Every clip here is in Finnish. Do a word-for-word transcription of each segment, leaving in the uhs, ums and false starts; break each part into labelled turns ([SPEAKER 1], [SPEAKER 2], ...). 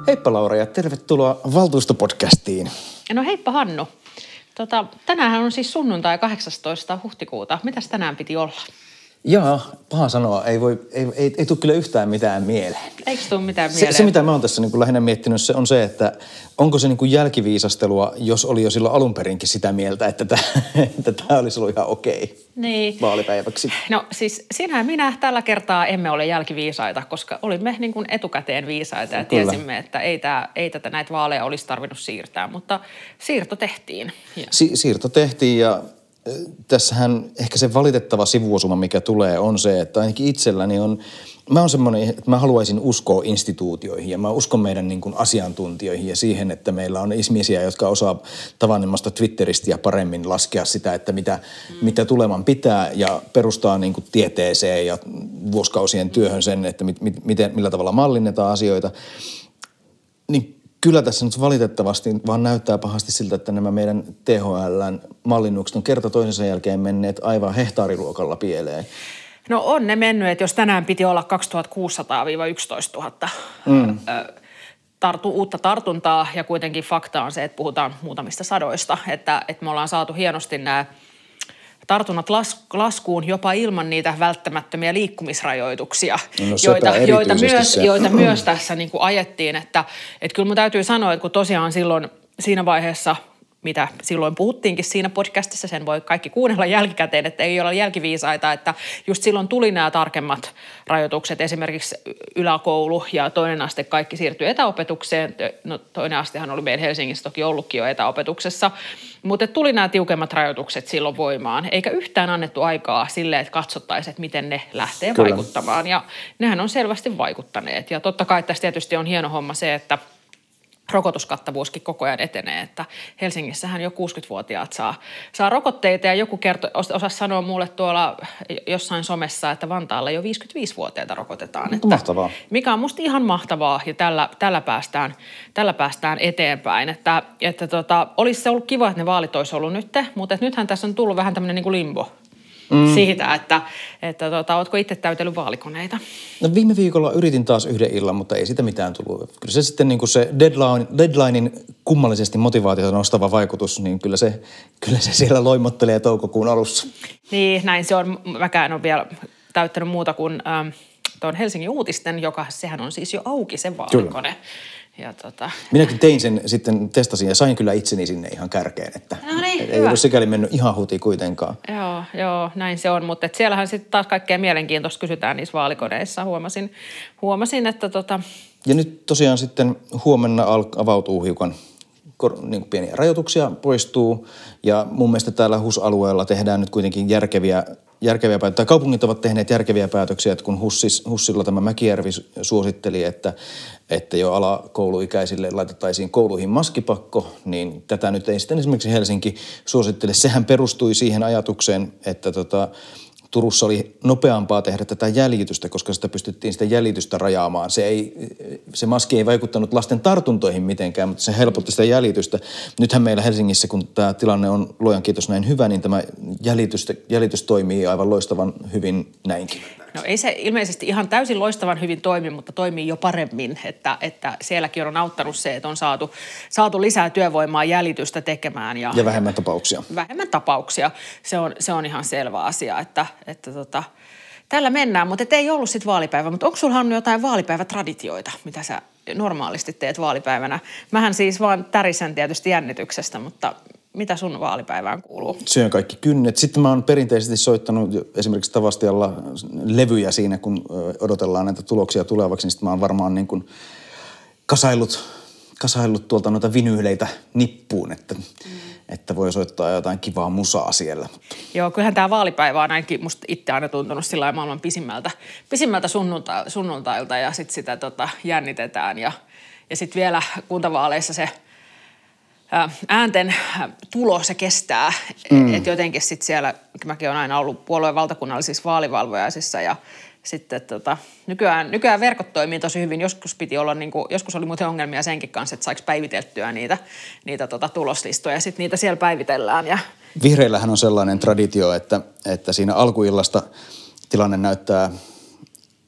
[SPEAKER 1] Heippa Laura ja tervetuloa valtuustopodcastiin.
[SPEAKER 2] No heippa Hannu. Tota, tänäänhän on siis sunnuntai kahdeksastoista huhtikuuta. Mitäs tänään piti olla?
[SPEAKER 1] Jaa, paha sanoa. Ei, voi, ei, ei, ei tule kyllä yhtään mitään mieleen.
[SPEAKER 2] Eikö tule mitään mieleen?
[SPEAKER 1] Se, se mitä mä oon tässä niin kuin lähinnä miettinyt, se on se, että onko se niin kuin jälkiviisastelua, jos oli jo silloin alun perinkin sitä mieltä, että tämä, että tämä olisi ollut ihan okei
[SPEAKER 2] niin.
[SPEAKER 1] vaalipäiväksi.
[SPEAKER 2] No siis sinä minä tällä kertaa emme ole jälkiviisaita, koska olimme niin kuin etukäteen viisaita ja kyllä. Tiesimme, että ei, tämä, ei tätä näitä vaaleja olisi tarvinnut siirtää, mutta siirto tehtiin.
[SPEAKER 1] Si- siirto tehtiin ja tässähän ehkä se valitettava sivuosuma, mikä tulee, on se, että ainakin itselläni on, mä oon semmoinen, että mä haluaisin uskoa instituutioihin ja mä uskon meidän niin kuin asiantuntijoihin ja siihen, että meillä on ihmisiä, jotka osaa tavanomaista Twitteristä ja paremmin laskea sitä, että mitä, mm. mitä tuleman pitää ja perustaa niin kuin tieteeseen ja vuosikausien työhön sen, että mit, mit, miten, millä tavalla mallinnetaan asioita. Niin kyllä tässä nyt valitettavasti vaan näyttää pahasti siltä, että nämä meidän T H L:n mallinnukset on kerta toisensa jälkeen menneet aivan hehtaariluokalla pieleen.
[SPEAKER 2] No on ne mennyt, että jos tänään piti olla kaksituhattakuusisataa yksitoistatuhatta mm. tartu, uutta tartuntaa ja kuitenkin fakta on se, että puhutaan muutamista sadoista, että, että me ollaan saatu hienosti nämä tartunnat las, laskuun jopa ilman niitä välttämättömiä liikkumisrajoituksia,
[SPEAKER 1] no,
[SPEAKER 2] joita, joita, myös,
[SPEAKER 1] se.
[SPEAKER 2] joita myös tässä niin kuin ajettiin. Että, että kyllä mun täytyy sanoa, että kun tosiaan silloin siinä vaiheessa, mitä silloin puhuttiinkin siinä podcastissa, sen voi kaikki kuunnella jälkikäteen, että ei ole jälkiviisaita, että just silloin tuli nämä tarkemmat rajoitukset, esimerkiksi yläkoulu ja toinen aste kaikki siirtyi etäopetukseen. No toinen astehan oli meillä Helsingissä toki ollutkin jo etäopetuksessa, mutta tuli nämä tiukemmat rajoitukset silloin voimaan, eikä yhtään annettu aikaa silleen, että katsottaisiin, että miten ne lähtee Kyllä. vaikuttamaan ja nehän on selvästi vaikuttaneet ja totta kai tässä tietysti on hieno homma se, että rokotuskattavuuskin koko ajan etenee, että Helsingissähän jo kuusikymmentävuotiaat saa, saa rokotteita ja joku kertoi, osasi sanoa mulle tuolla jossain somessa, että Vantaalla jo viisikymmentäviisivuotiaita rokotetaan. Että
[SPEAKER 1] mahtavaa.
[SPEAKER 2] Mikä on musta ihan mahtavaa ja tällä, tällä, päästään, tällä päästään eteenpäin, että, että tota, olisi se ollut kiva, että ne vaalit olisi ollut nyt, mutta että nythän tässä on tullut vähän tämmöinen niin kuin limbo. Mm. Siitä, että, että tota, ootko itse täytellyt vaalikoneita?
[SPEAKER 1] No viime viikolla yritin taas yhden illan, mutta ei sitä mitään tullut. Kyllä se sitten niin kuin se deadline, deadlinein kummallisesti motivaatiota nostava vaikutus, niin kyllä se, kyllä se siellä loimottelee toukokuun alussa.
[SPEAKER 2] Niin, näin se on. Mäkään en ole vielä täyttänyt muuta kuin ähm, tuon Helsingin Uutisten, joka sehän on siis jo auki se vaalikone. Kyllä. Ja tota...
[SPEAKER 1] Minäkin tein sen sitten, testasin ja sain kyllä itseni sinne ihan kärkeen, että
[SPEAKER 2] no niin,
[SPEAKER 1] ei
[SPEAKER 2] hyvä.
[SPEAKER 1] ole sikäli mennyt ihan huti kuitenkaan.
[SPEAKER 2] Joo, joo, näin se on, mutta et siellähän sitten taas kaikkea mielenkiintoista kysytään niissä vaalikoneissa, huomasin, huomasin että tota...
[SPEAKER 1] Ja nyt tosiaan sitten huomenna avautuu hiukan niin kuin pieniä rajoituksia, poistuu ja mun mielestä täällä H U S-alueella tehdään nyt kuitenkin järkeviä järkeviä päätöksiä, tai kaupungit ovat tehneet järkeviä päätöksiä, että kun Hussis, Hussilla tämä Mäkijärvi suositteli, että, että jo alakouluikäisille laitettaisiin kouluihin maskipakko, niin tätä nyt ei sitten esimerkiksi Helsinki suosittele. Sehän perustui siihen ajatukseen, että tota, Turussa oli nopeampaa tehdä tätä jäljitystä, koska sitä pystyttiin sitä jäljitystä rajaamaan. Se, ei, se maski ei vaikuttanut lasten tartuntoihin mitenkään, mutta se helpotti sitä jäljitystä. Nythän meillä Helsingissä, kun tämä tilanne on luojan kiitos näin hyvä, niin tämä jäljitys, jäljitys toimii aivan loistavan hyvin näinkin.
[SPEAKER 2] No ei se ilmeisesti ihan täysin loistavan hyvin toimi, mutta toimii jo paremmin, että, että sielläkin on auttanut se, että on saatu, saatu lisää työvoimaa jäljitystä tekemään. Ja,
[SPEAKER 1] ja vähemmän tapauksia.
[SPEAKER 2] Vähemmän tapauksia. Se on, se on ihan selvä asia, että, että tota, tällä mennään, mutta ei ollut sitten vaalipäivä. Mutta onko sulla, Hannu, jotain vaalipäivätraditioita, mitä sä normaalisti teet vaalipäivänä? Mähän siis vaan tärisen tietysti jännityksestä, mutta... Mitä sun vaalipäivään kuuluu?
[SPEAKER 1] Syön kaikki kynnet. Sitten mä oon perinteisesti soittanut esimerkiksi Tavastialla levyjä siinä, kun odotellaan näitä tuloksia tulevaksi. Niin sitten mä oon varmaan niin kuin kasaillut, kasaillut tuolta noita vinyyleitä nippuun, että, mm. että voi soittaa jotain kivaa musaa siellä.
[SPEAKER 2] Joo, kyllähän tämä vaalipäivä on ainakin musta itse aina tuntunut sillä lailla maailman pisimmältä, pisimmältä sunnunta, sunnuntailta ja sitten sitä tota, jännitetään. Ja, ja sitten vielä kuntavaaleissa se... äänten tulo se kestää, mm. että jotenkin sitten siellä, mäkin olen aina ollut puolueen valtakunnallisissa vaalivalvojaisissa ja sitten tota, nykyään, nykyään verkot toimii tosi hyvin, joskus piti olla, niin kuin, joskus oli muuten ongelmia senkin kanssa, että saiko päiviteltyä niitä, niitä tota, tuloslistoja ja sitten niitä siellä päivitellään. Ja...
[SPEAKER 1] Vihreillähän on sellainen traditio, että, että siinä alkuillasta tilanne näyttää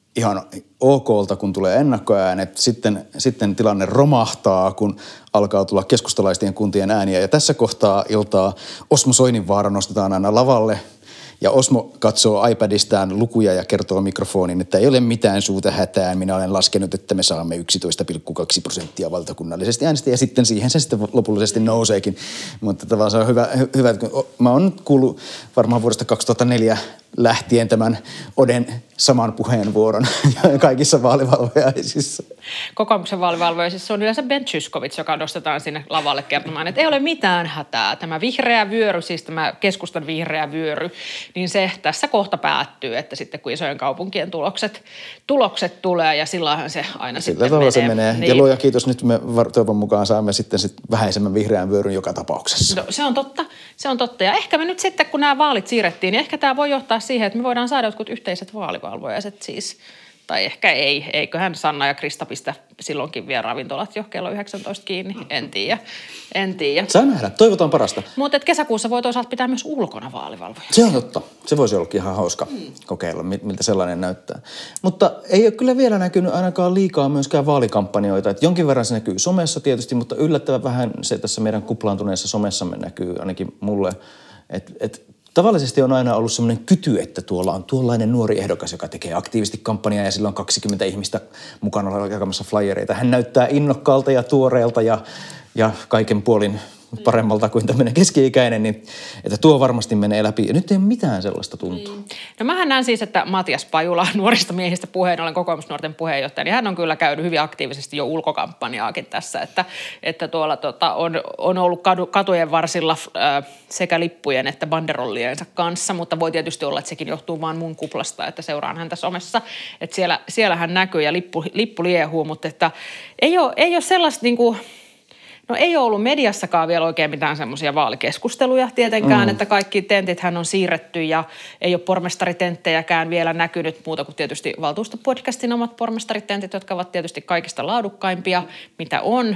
[SPEAKER 1] ihan okolta, kun tulee ennakkoäänet. Sitten, sitten tilanne romahtaa, kun alkaa tulla keskustalaisten kuntien ääniä. Ja tässä kohtaa iltaa Osmo Soininvaara nostetaan aina lavalle. Ja Osmo katsoo iPadistaan lukuja ja kertoo mikrofonin, että ei ole mitään suurta hätää. Minä olen laskenut, että me saamme yksitoista pilkku kaksi prosenttia valtakunnallisesti äänestä ja sitten siihen se sitten lopullisesti nouseekin. Mutta tavallaan se on hyvä, hyvä että mä oon kuullut varmaan vuodesta kaksituhattaneljä lähtien tämän Oden saman puheenvuoron kaikissa vaalivalvojaisissa.
[SPEAKER 2] Kokoomuksen vaalivalvojaisissa on yleensä Ben Zyskowicz, joka nostetaan sinne lavalle kertomaan, että ei ole mitään hätää. Tämä vihreä vyöry, siis tämä keskustan vihreä vyöry, niin se tässä kohta päättyy, että sitten kun isojen kaupunkien tulokset, tulokset tulee ja silloinhan se aina
[SPEAKER 1] Sillä
[SPEAKER 2] sitten
[SPEAKER 1] menee.
[SPEAKER 2] se
[SPEAKER 1] menee.
[SPEAKER 2] Niin.
[SPEAKER 1] Ja luoja kiitos, nyt me toivon mukaan saamme sitten sit vähäisemmän vihreän vyöryn joka tapauksessa.
[SPEAKER 2] No, se on totta, se on totta. Ja ehkä me nyt sitten, kun nämä vaalit siirrettiin, niin ehkä tämä voi johtaa siihen, että me voidaan saada jotkut yhteiset vaalivalvojaiset siis. Tai ehkä ei. Eiköhän Sanna ja Krista pistä silloinkin vielä ravintolat jo kello yhdeksäntoista kiinni. En tiedä. En tiedä.
[SPEAKER 1] Saa nähdä. Toivotaan parasta.
[SPEAKER 2] Mutta kesäkuussa voi toisaalta pitää myös ulkona vaalivalvoja.
[SPEAKER 1] Se on totta. Se voisi ollakin ihan hauska mm. kokeilla, miltä sellainen näyttää. Mutta ei ole kyllä vielä näkynyt ainakaan liikaa myöskään vaalikampanjoita. Et jonkin verran se näkyy somessa tietysti, mutta yllättävän vähän se tässä meidän kuplaantuneessa somessamme näkyy ainakin mulle. Et, et, Tavallisesti on aina ollut semmoinen kyty, että tuolla on tuollainen nuori ehdokas, joka tekee aktiivisesti kampanjaa ja sillä on kaksikymmentä ihmistä mukana jakamassa flyereita. Hän näyttää innokkaalta ja tuoreelta ja, ja kaiken puolin paremmalta kuin tämmöinen keski-ikäinen, niin että tuo varmasti menee läpi. Ja nyt ei ole mitään sellaista tuntua.
[SPEAKER 2] Mm. No mähän näen siis, että Matias Pajula, nuorista miehistä puheen, olen kokoomusnuorten puheenjohtaja, niin hän on kyllä käynyt hyvin aktiivisesti jo ulkokampanjaakin tässä, että, että tuolla tota, on, on ollut kadu, katujen varsilla äh, sekä lippujen että banderolliensa kanssa, mutta voi tietysti olla, että sekin johtuu vaan mun kuplasta, että seuraan häntä somessa, että siellä, siellä hän näkyy ja lippu, lippu liehuu, mutta että ei ole, ei ole sellaista niin kuin no ei ole ollut mediassakaan vielä oikein mitään semmoisia vaalikeskusteluja tietenkään, mm. että kaikki tentithän on siirretty ja ei ole pormestaritenttejäkään vielä näkynyt muuta kuin tietysti valtuustopodcastin omat pormestaritentit, jotka ovat tietysti kaikista laadukkaimpia, mitä on,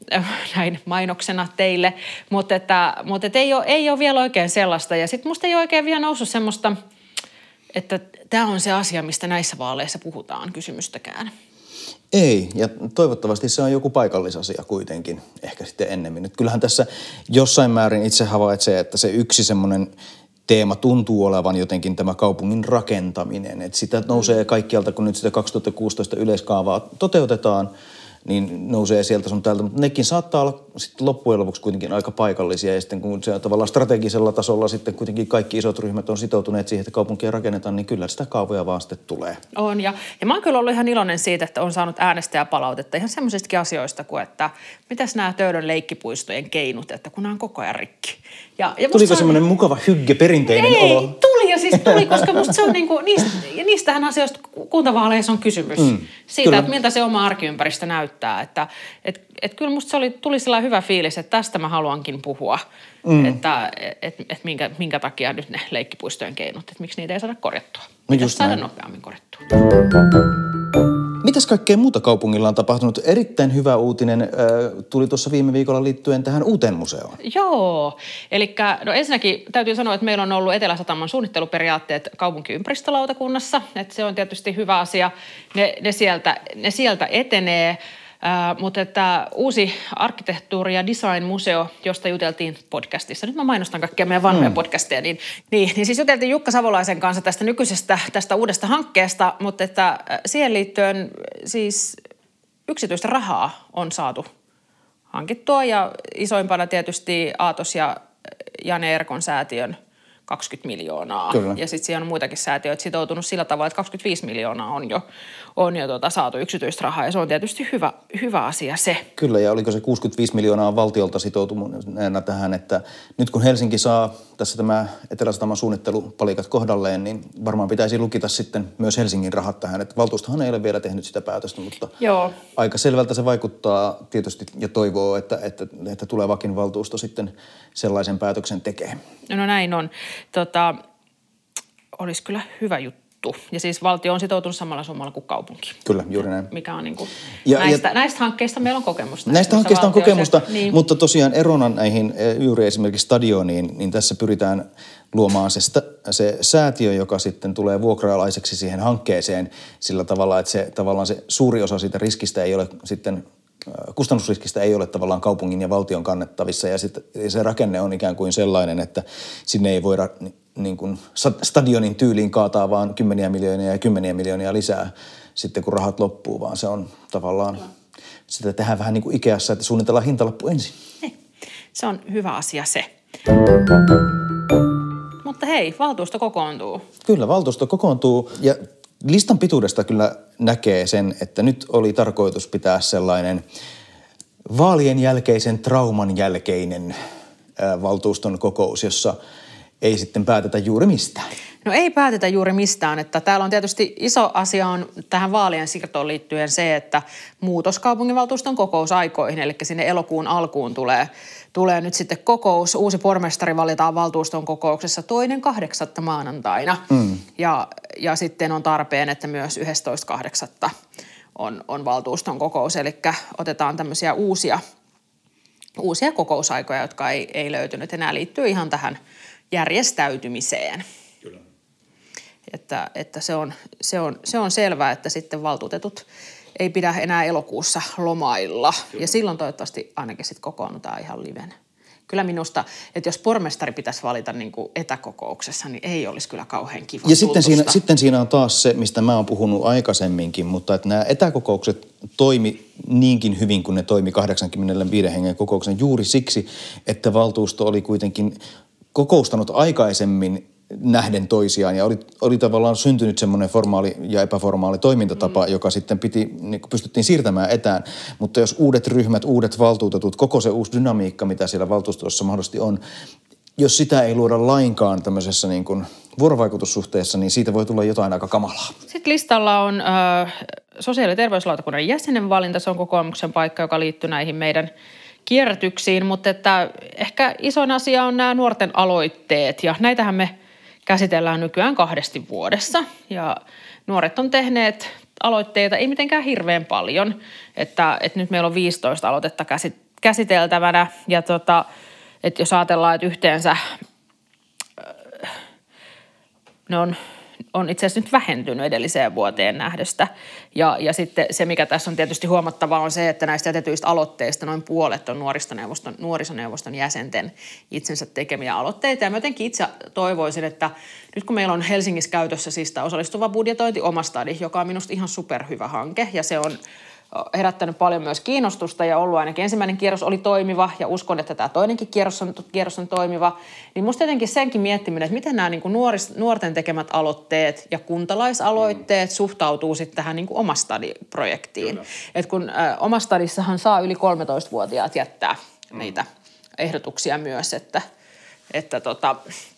[SPEAKER 2] näin mainoksena teille, mutta, että, mutta että ei, ole, ei ole vielä oikein sellaista ja sitten musta ei ole oikein vielä noussut semmoista, että tämä on se asia, mistä näissä vaaleissa puhutaan kysymystäkään.
[SPEAKER 1] Ei, ja toivottavasti se on joku paikallisasia kuitenkin, ehkä sitten ennemmin. Et kyllähän tässä jossain määrin itse havaitsee, että se yksi semmoinen teema tuntuu olevan jotenkin tämä kaupungin rakentaminen. Että sitä nousee kaikkialta, kun nyt sitä kaksituhattakuusitoista yleiskaavaa toteutetaan, niin nousee sieltä sun täältä, mutta nekin saattaa olla sitten loppujen lopuksi kuitenkin aika paikallisia ja sitten kun se tavallaan strategisella tasolla sitten kuitenkin kaikki isot ryhmät on sitoutuneet siihen, että kaupunkia rakennetaan, niin kyllä sitä kaavoja vaan sitten tulee.
[SPEAKER 2] On ja, ja mä oon kyllä ollut ihan iloinen siitä, että on saanut äänestäjäpalautetta ihan semmoisistakin asioista kuin, että mitäs nämä Töölön leikkipuistojen keinut, että kun nämä on koko ajan rikki. Ja, ja
[SPEAKER 1] Tuliko
[SPEAKER 2] on
[SPEAKER 1] semmoinen mukava hygge perinteinen
[SPEAKER 2] ei,
[SPEAKER 1] olo?
[SPEAKER 2] Tuli ja siis tuli, koska musta se on niinku, niistä, ja niistähän asioista kuntavaaleissa on kysymys. Mm, siitä, kyllä. Että miltä se oma arkiympäristö näyttää. Että et, et kyllä musta se oli, tuli sellainen hyvä fiilis, että tästä mä haluankin puhua. Mm. Että et, et minkä, minkä takia nyt ne leikkipuistojen keinot, että miksi niitä ei saada korjattua. Pitäisi saada nopeammin korjattua.
[SPEAKER 1] Mitäs kaikkea muuta kaupungilla on tapahtunut? Erittäin hyvä uutinen äh, tuli tuossa viime viikolla liittyen tähän uuteen museoon.
[SPEAKER 2] Joo, eli no ensinnäkin täytyy sanoa, että meillä on ollut Etelä-Sataman suunnitteluperiaatteet kaupunkiympäristölautakunnassa, että se on tietysti hyvä asia, ne, ne, sieltä, ne sieltä etenee. Uh, mutta että uusi arkkitehtuuri- ja design-museo, josta juteltiin podcastissa, nyt mä mainostan kaikkia meidän vanhoja mm. podcasteja, niin, niin, niin siis juteltiin Jukka Savolaisen kanssa tästä nykyisestä, tästä uudesta hankkeesta, mutta että siihen liittyen siis yksityistä rahaa on saatu hankittua ja isoimpana tietysti Aatos ja Jane Erkon säätiön kaksikymmentä miljoonaa. Kyllä. Ja sitten siellä on muitakin säätiöitä sitoutunut sillä tavalla, että kaksikymmentäviisi miljoonaa on jo, on jo tuota, saatu yksityistä rahaa. Ja se on tietysti hyvä, hyvä asia se.
[SPEAKER 1] Kyllä, ja oliko se kuusikymmentäviisi miljoonaa valtiolta sitoutuneena tähän, että nyt kun Helsinki saa tässä tämä Etelä-Sataman suunnittelupalikat kohdalleen, niin varmaan pitäisi lukita sitten myös Helsingin rahat tähän. Että valtuustohan ei ole vielä tehnyt sitä päätöstä, mutta Joo. aika selvältä se vaikuttaa tietysti ja toivoo, että, että, että tulevakin valtuusto sitten sellaisen päätöksen tekee.
[SPEAKER 2] No näin on. Tota, olisi kyllä hyvä juttu juttu. Ja siis valtio on sitoutunut samalla summalla kuin kaupunki.
[SPEAKER 1] Kyllä, juuri näin.
[SPEAKER 2] Mikä on niin kuin,
[SPEAKER 1] Ja-
[SPEAKER 2] näistä,
[SPEAKER 1] ja-
[SPEAKER 2] näistä hankkeista meillä on kokemusta.
[SPEAKER 1] Näistä hankkeista on
[SPEAKER 2] valtio-
[SPEAKER 1] kokemusta,
[SPEAKER 2] niin.
[SPEAKER 1] mutta tosiaan erona näihin eh, juuri esimerkiksi stadioniin, niin tässä pyritään luomaan se, sta, se säätiö, joka sitten tulee vuokraalaiseksi siihen hankkeeseen sillä tavalla, että se tavallaan se suuri osa siitä riskistä ei ole sitten, äh, kustannusriskistä ei ole tavallaan kaupungin ja valtion kannettavissa ja sitten se rakenne on ikään kuin sellainen, että sinne ei voida ni, niin kuin stadionin tyyliin kaataa vaan kymmeniä miljoonia ja kymmeniä miljoonia lisää sitten kun rahat loppuu, vaan se on tavallaan, sitä tehdään vähän niin kuin Ikeassa, että suunnitellaan hintalappu ensin.
[SPEAKER 2] Niin. Se on hyvä asia se. Mutta hei, valtuusto kokoontuu.
[SPEAKER 1] Kyllä, valtuusto kokoontuu ja listan pituudesta kyllä näkee sen, että nyt oli tarkoitus pitää sellainen vaalien jälkeisen trauman jälkeinen ää, valtuuston kokous, jossa ei sitten päätetä juuri mistään.
[SPEAKER 2] No ei päätetä juuri mistään, että täällä on tietysti iso asia on tähän vaalien siirtoon liittyen se, että muutos kaupunginvaltuuston kokousaikoihin, eli sinne elokuun alkuun tulee, tulee nyt sitten kokous. Uusi pormestari valitaan valtuuston kokouksessa toinen kahdeksatta maanantaina mm. ja, ja sitten on tarpeen, että myös yhdestoista kahdeksatta on, on valtuuston kokous, eli otetaan tämmöisiä uusia, uusia kokousaikoja, jotka ei, ei löytynyt. Ja nämä liittyy ihan tähän järjestäytymiseen. Kyllä. Että, että se, on, se, on, se on selvää, että sitten valtuutetut ei pidä enää elokuussa lomailla. Kyllä. Ja silloin toivottavasti ainakin sitten kokoonnutaan ihan livenä. Kyllä minusta, että jos pormestari pitäisi valita niin kuin etäkokouksessa, niin ei olisi kyllä kauhean kiva.
[SPEAKER 1] Ja sitten siinä, sitten siinä on taas se, mistä mä oon puhunut aikaisemminkin, mutta että nämä etäkokoukset toimi niinkin hyvin kuin ne toimi kahdeksankymmentäviisi hengen kokouksen juuri siksi, että valtuusto oli kuitenkin kokoustanut aikaisemmin nähden toisiaan ja oli, oli tavallaan syntynyt semmoinen formaali ja epäformaali toimintatapa, mm. joka sitten piti, niin pystyttiin siirtämään etään. Mutta jos uudet ryhmät, uudet valtuutetut, koko se uusi dynamiikka, mitä siellä valtuustossa mahdollisesti on, jos sitä ei luoda lainkaan tämmöisessä niin kuin vuorovaikutussuhteessa, niin siitä voi tulla jotain aika kamalaa.
[SPEAKER 2] Sitten listalla on äh, sosiaali- ja terveyslautakunnan jäsenen valinta. Se on kokoomuksen paikka, joka liittyy näihin meidän kierrätyksiin, mutta että ehkä isoin asia on nämä nuorten aloitteet ja näitähän me käsitellään nykyään kahdesti vuodessa ja nuoret on tehneet aloitteita, ei mitenkään hirveän paljon, että, että nyt meillä on viisitoista aloitetta käsiteltävänä ja tota, että jos ajatellaan, että yhteensä ne on, on itse asiassa nyt vähentynyt edelliseen vuoteen nähdöstä. Ja, ja sitten se, mikä tässä on tietysti huomattavaa, on se, että näistä jätetyistä aloitteista noin puolet on nuorisoneuvoston, nuorisoneuvoston jäsenten itsensä tekemiä aloitteita. Ja mä jotenkin itse toivoisin, että nyt kun meillä on Helsingissä käytössä siis tämä osallistuva budjetointi Oma Stadi, joka on minusta ihan superhyvä hanke ja se on herättänyt paljon myös kiinnostusta ja ollut ainakin ensimmäinen kierros oli toimiva ja uskon, että tämä toinenkin kierros on, kierros on toimiva. Niin musta jotenkin senkin miettiminen, että miten nämä niin kuin nuoris, nuorten tekemät aloitteet ja kuntalaisaloitteet mm. suhtautuu sitten tähän niin kuin Oma Stadi-projektiin. Että kun ä, Oma Stadissahan saa yli kolmetoistavuotiaat jättää mm. niitä ehdotuksia myös, että, että, tota,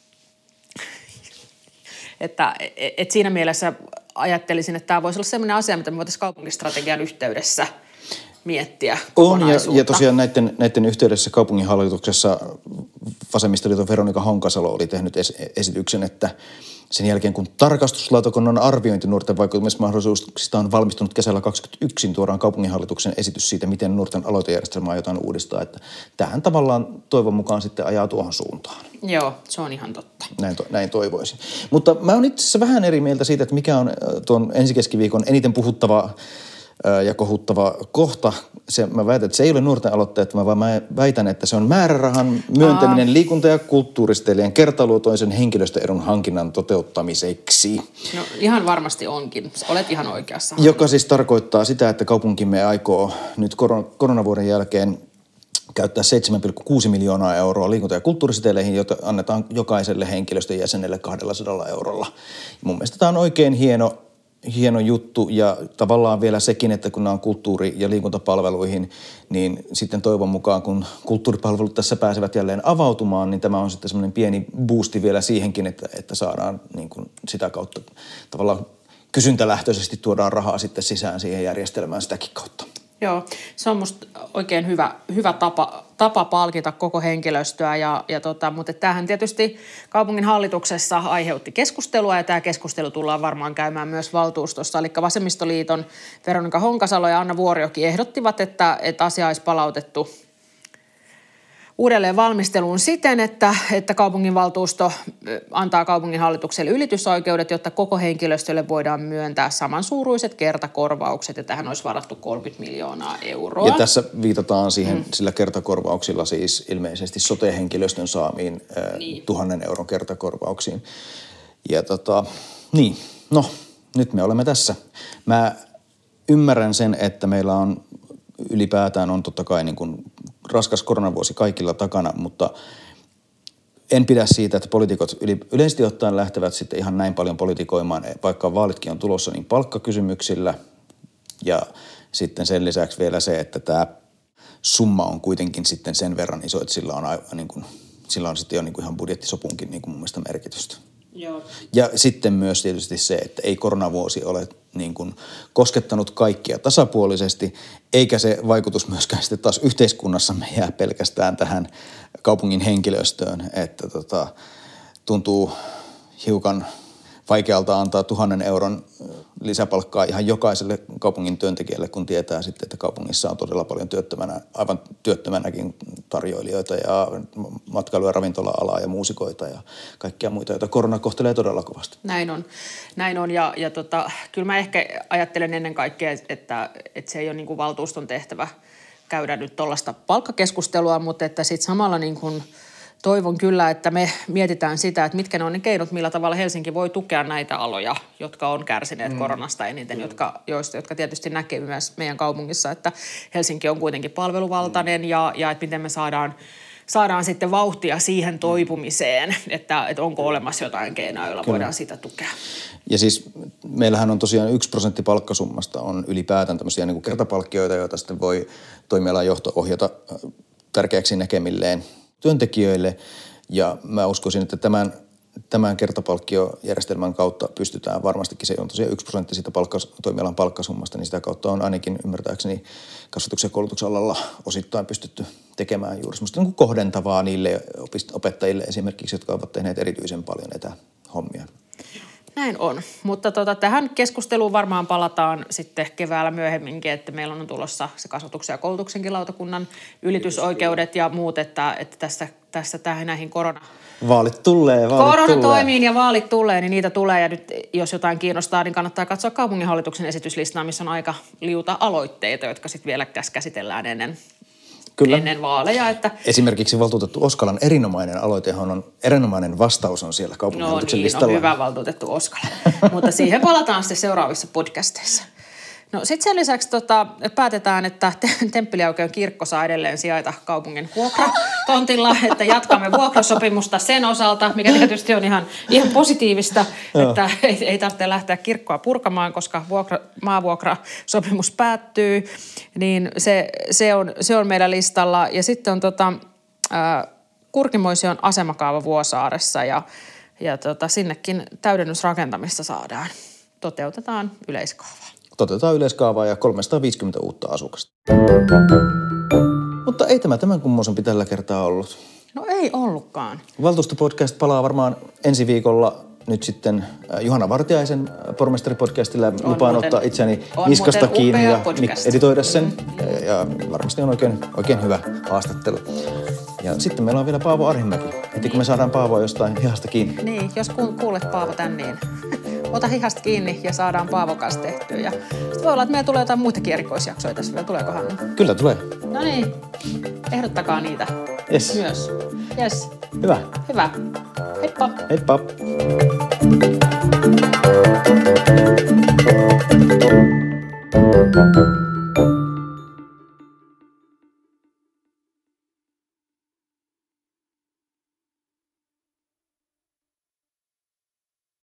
[SPEAKER 2] että et, et siinä mielessä ajattelisin, että tämä voisi olla sellainen asia, mitä me voitaisiin kaupunkistrategian yhteydessä miettiä kokonaisuutta.
[SPEAKER 1] On, ja, ja tosiaan näiden, näiden yhteydessä kaupunginhallituksessa vasemmistoliiton Veronika Honkasalo oli tehnyt es, esityksen, että sen jälkeen kun tarkastuslautakunnan arviointi nuorten vaikuttamismahdollisuuksista on valmistunut kesällä kaksikymmentäyksi, niin tuodaan kaupunginhallituksen esitys siitä, miten nuorten aloitejärjestelmää aiotaan uudistaa. Että tähän tavallaan toivon mukaan sitten ajaa tuohon suuntaan.
[SPEAKER 2] Joo, se on ihan totta.
[SPEAKER 1] Näin, to, näin toivoisin. Mutta mä oon itse asiassa vähän eri mieltä siitä, että mikä on tuon ensikeskiviikon eniten puhuttava ja kohuttava kohta. Se, mä väitän, että se ei ole nuorten aloitteet, vaan mä väitän, että se on määrärahan myöntäminen Aa. liikunta- ja kulttuuristelijan kertaluotoisen henkilöstöedun hankinnan toteuttamiseksi.
[SPEAKER 2] No ihan varmasti onkin. Olet ihan oikeassa.
[SPEAKER 1] Joka siis tarkoittaa sitä, että kaupunkimme aikoo nyt koron- koronavuoden jälkeen käyttää seitsemän pilkku kuusi miljoonaa euroa liikunta- ja kulttuurisiteleihin, jota annetaan jokaiselle henkilöstön jäsenelle kaksisataa eurolla. Mun mielestä tämä on oikein hieno Hieno juttu ja tavallaan vielä sekin, että kun nämä on kulttuuri- ja liikuntapalveluihin, niin sitten toivon mukaan, kun kulttuuripalvelut tässä pääsevät jälleen avautumaan, niin tämä on sitten semmoinen pieni boosti vielä siihenkin, että, että saadaan niin kuin sitä kautta tavallaan kysyntälähtöisesti tuodaan rahaa sitten sisään siihen järjestelmään sitäkin kautta.
[SPEAKER 2] Joo, se on musta oikein hyvä, hyvä tapa, tapa palkita koko henkilöstöä, ja, ja tota, mutta tämähän tietysti kaupungin hallituksessa aiheutti keskustelua, ja tämä keskustelu tullaan varmaan käymään myös valtuustossa. Eli Vasemmistoliiton Veronika Honkasalo ja Anna Vuoriokin ehdottivat, että, että asia olisi palautettu uudelleen valmisteluun siten, että, että kaupunginvaltuusto antaa kaupunginhallitukselle ylitysoikeudet, jotta koko henkilöstölle voidaan myöntää samansuuruiset kertakorvaukset, ja tähän olisi varattu kolmekymmentä miljoonaa euroa.
[SPEAKER 1] Ja tässä viitataan siihen mm. sillä kertakorvauksilla siis ilmeisesti sote-henkilöstön saamiin äh, niin. tuhannen euron kertakorvauksiin. Ja tota, niin, no nyt me olemme tässä. Mä ymmärrän sen, että meillä on ylipäätään on totta kai niin kuin raskas koronavuosi kaikilla takana, mutta en pidä siitä, että poliitikot yleisesti ottaen lähtevät sitten ihan näin paljon politikoimaan, vaikka vaalitkin on tulossa, niin palkkakysymyksillä. Ja sitten sen lisäksi vielä se, että tämä summa on kuitenkin sitten sen verran iso, että sillä on, aivan, niin kuin, sillä on sitten jo niin kuin ihan budjettisopunkin niin kuin mun mielestä merkitystä.
[SPEAKER 2] Joo.
[SPEAKER 1] Ja sitten myös tietysti se, että ei koronavuosi ole niin kuin koskettanut kaikkia tasapuolisesti, eikä se vaikutus myöskään sitten taas yhteiskunnassamme jää pelkästään tähän kaupungin henkilöstöön, että tota, tuntuu hiukan vaikealta antaa tuhannen euron lisäpalkkaa ihan jokaiselle kaupungin työntekijälle, kun tietää sitten, että kaupungissa on todella paljon työttömänä, aivan työttömänäkin tarjoilijoita ja matkailu- ja ravintola-alaa ja muusikoita ja kaikkia muita, joita korona kohtelee todella kovasti.
[SPEAKER 2] Näin on. Näin on ja, ja tota, kyllä mä ehkä ajattelen ennen kaikkea, että, että se ei ole niin kuin valtuuston tehtävä käydä nyt tuollaista palkkakeskustelua, mutta että sitten samalla niin kuin toivon kyllä, että me mietitään sitä, että mitkä ne on ne keinot, millä tavalla Helsinki voi tukea näitä aloja, jotka on kärsineet mm. koronasta eniten, jotka, joista, jotka tietysti näkee myös meidän kaupungissa, että Helsinki on kuitenkin palveluvaltainen mm. ja, ja että miten me saadaan, saadaan sitten vauhtia siihen toipumiseen, että, että onko olemassa jotain keinoja, joilla kyllä voidaan sitä tukea.
[SPEAKER 1] Ja siis meillähän on tosiaan yksi prosentti palkkasummasta on ylipäätään tämmöisiä niin kuin kertapalkkioita, joita sitten voi toimialan johto ohjata tärkeäksi näkemilleen työntekijöille, ja mä uskoisin, että tämän, tämän kertapalkkiojärjestelmän kautta pystytään varmastikin, se on tosiaan yksi prosentti siitä palkkas, toimialan palkkasummasta, niin sitä kautta on ainakin ymmärtääkseni kasvatuksen ja koulutuksen alalla osittain pystytty tekemään juuri semmoista niin kuin kohdentavaa niille opettajille esimerkiksi, jotka ovat tehneet erityisen paljon etähommia.
[SPEAKER 2] Näin on, mutta tota, tähän keskusteluun varmaan palataan sitten keväällä myöhemminkin, että meillä on tulossa se kasvatuksen ja koulutuksenkin lautakunnan ylitysoikeudet ja muut, että, että tässä, tässä tähän näihin korona...
[SPEAKER 1] Vaalit tulee, vaalit
[SPEAKER 2] Korona
[SPEAKER 1] tulee.
[SPEAKER 2] toimii ja vaalit tulee, niin niitä tulee ja nyt jos jotain kiinnostaa, niin kannattaa katsoa kaupunginhallituksen esityslistaa, missä on aika liuta aloitteita, jotka sitten vielä tässä käsitellään ennen... Kyllä. Ennen vaaleja. Että...
[SPEAKER 1] Esimerkiksi valtuutettu Oskalan erinomainen aloitehan on, erinomainen vastaus on siellä kaupunginhallituksen
[SPEAKER 2] no niin,
[SPEAKER 1] listalla.
[SPEAKER 2] No hyvä valtuutettu Oskala, mutta siihen palataan sitten seuraavissa podcasteissa. No sitten sen lisäksi tota, päätetään, että Temppeliaukeon kirkko saa edelleen sijaita kaupungin vuokratontilla, että jatkamme vuokrasopimusta sen osalta, mikä tietysti on ihan, ihan positiivista, että ei, ei tarvitse lähteä kirkkoa purkamaan, koska vuokra, maavuokrasopimus päättyy, niin se, se, on, se on meidän listalla. Ja sitten on tota, äh, Kurkimoision asemakaava Vuosaaressa ja, ja tota, sinnekin täydennysrakentamista saadaan. Toteutetaan yleiskaavaa.
[SPEAKER 1] Toteutetaan yleiskaavaa ja kolmesataaviisikymmentä uutta asukasta. Mutta ei tämä tämän kummoisempi tällä kertaa ollut.
[SPEAKER 2] No ei ollutkaan.
[SPEAKER 1] Valtuustopodcast palaa varmaan ensi viikolla nyt sitten Juhana Vartiaisen pormestaripodcastilla. Lupaan ottaa itseäni niskasta kiinni ja podcast. editoida sen. Mm-hmm. Ja varmasti on oikein, oikein hyvä haastattelu. Ja sitten meillä on vielä Paavo Arhimäki. Heti niin. kun me saadaan Paavoa jostain hihasta kiinni.
[SPEAKER 2] Niin, jos kuulet Paavo tän, niin ota hihasta kiinni ja saadaan Paavo kanssa tehtyä. Ja sitten voi olla, että meillä tulee jotain muitakin erikoisjaksoja tässä vielä. Tuleekohan?
[SPEAKER 1] Kyllä tulee.
[SPEAKER 2] No niin, ehdottakaa niitä
[SPEAKER 1] yes.
[SPEAKER 2] myös. Yes.
[SPEAKER 1] Hyvä.
[SPEAKER 2] Hyvä. Heippa.
[SPEAKER 1] Heippa. Thank you.